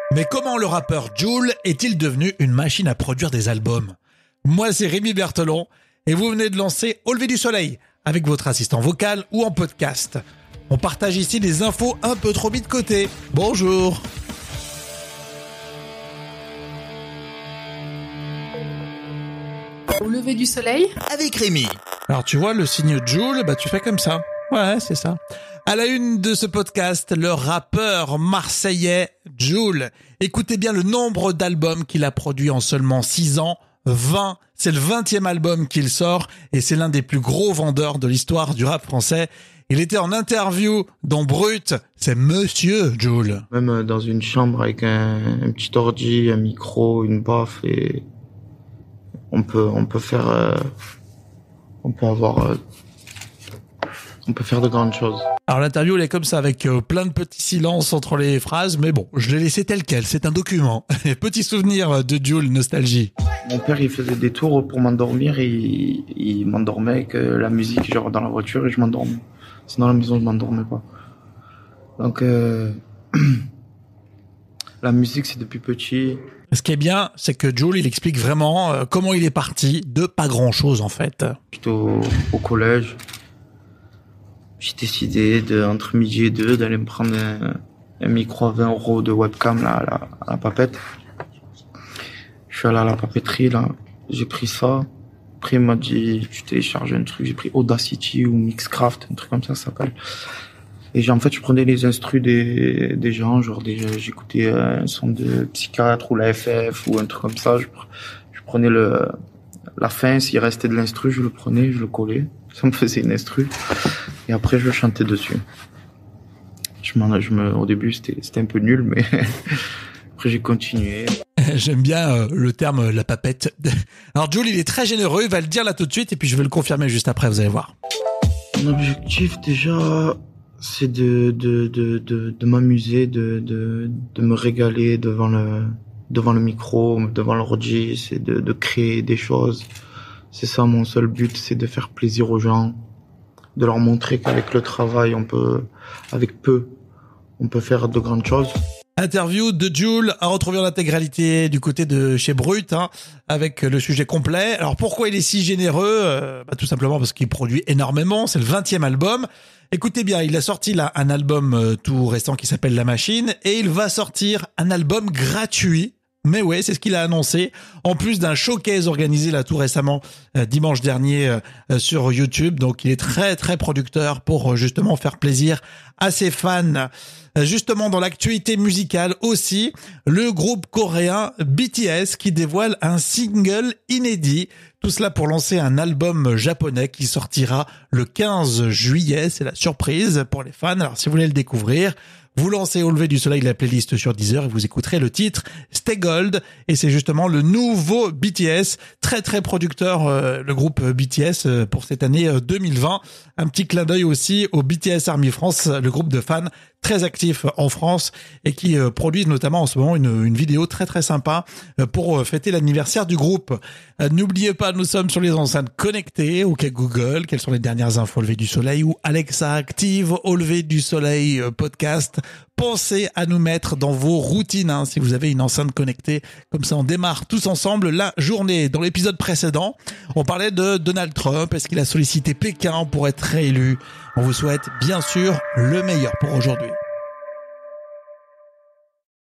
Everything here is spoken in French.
Mais comment le rappeur Jul est-il devenu une machine à produire des albums ? Moi, c'est Rémi Berthelon et vous venez de lancer Au lever du soleil avec votre assistant vocal ou en podcast. On partage ici des infos un peu trop mis de côté. Bonjour. Au lever du soleil avec Rémi. Alors tu vois le signe Jul, tu fais comme ça. Ouais, c'est ça. À la une de ce podcast, le rappeur marseillais Jul. Écoutez bien le nombre d'albums qu'il a produits en seulement 6 ans. 20. C'est le 20e album qu'il sort et c'est l'un des plus gros vendeurs de l'histoire du rap français. Il était en interview dans Brut. C'est Monsieur Jul. Même dans une chambre avec un petit ordi, un micro, une baffe et on peut faire de grandes choses. Alors l'interview elle est comme ça avec plein de petits silences entre les phrases, mais bon, je l'ai laissé tel quel, c'est un document. Petit souvenir de Jul, nostalgie. Mon père il faisait des tours pour m'endormir et il m'endormait avec la musique genre dans la voiture et je m'endormais. Sinon à la maison je m'endormais pas. Donc la musique c'est depuis petit. Ce qui est bien, c'est que Jul il explique vraiment comment il est parti de pas grand chose en fait. J'étais au collège. J'ai décidé entre midi et 2 d'aller me prendre un micro à 20 € de webcam là, à la papette. Je suis allé à la papeterie là, j'ai pris ça. Après il m'a dit tu télécharges un truc, j'ai pris Audacity ou Mixcraft, un truc comme ça s'appelle. Et en fait je prenais les instrus des gens, genre j'écoutais un son de Psychiatre ou la FF ou un truc comme ça. Je prenais la fin, s'il restait de l'instru, je le prenais, je le collais. Ça me faisait une instru. Et après, je chantais dessus. Au début, c'était un peu nul, mais après, j'ai continué. J'aime bien le terme la papette. Alors, Jul, il est très généreux, il va le dire là tout de suite, et puis je vais le confirmer juste après, vous allez voir. Mon objectif, déjà, c'est de m'amuser, de me régaler devant le micro, devant l'ordi, c'est de créer des choses. C'est ça mon seul but, c'est de faire plaisir aux gens, de leur montrer qu'avec le travail, avec peu, on peut faire de grandes choses. Interview de Jul à retrouver en intégralité du côté de chez Brut, avec le sujet complet. Alors pourquoi il est si généreux ? Tout simplement parce qu'il produit énormément, c'est le 20e album. Écoutez bien, il a sorti là un album tout récent qui s'appelle La Machine et il va sortir un album gratuit. Mais ouais, c'est ce qu'il a annoncé. En plus d'un showcase organisé là tout récemment, dimanche dernier, sur YouTube. Donc il est très très producteur pour justement faire plaisir à ses fans. Justement dans l'actualité musicale aussi, le groupe coréen BTS qui dévoile un single inédit. Tout cela pour lancer un album japonais qui sortira le 15 juillet. C'est la surprise pour les fans. Alors si vous voulez le découvrir, vous lancez Au lever du soleil la playlist sur Deezer et vous écouterez le titre Stay Gold. Et c'est justement le nouveau BTS, très très producteur, le groupe BTS pour cette année 2020. Un petit clin d'œil aussi au BTS Army France, le groupe de fans très actif en France et qui produisent notamment en ce moment une vidéo très très sympa pour fêter l'anniversaire du groupe. N'oubliez pas, nous sommes sur les enceintes connectées, OK Google, quelles sont les dernières infos au lever du soleil ou Alexa active au lever du soleil podcast. Pensez à nous mettre dans vos routines si vous avez une enceinte connectée. Comme ça, on démarre tous ensemble la journée. Dans l'épisode précédent, on parlait de Donald Trump. Est-ce qu'il a sollicité Pékin pour être réélu ? On vous souhaite bien sûr le meilleur pour aujourd'hui.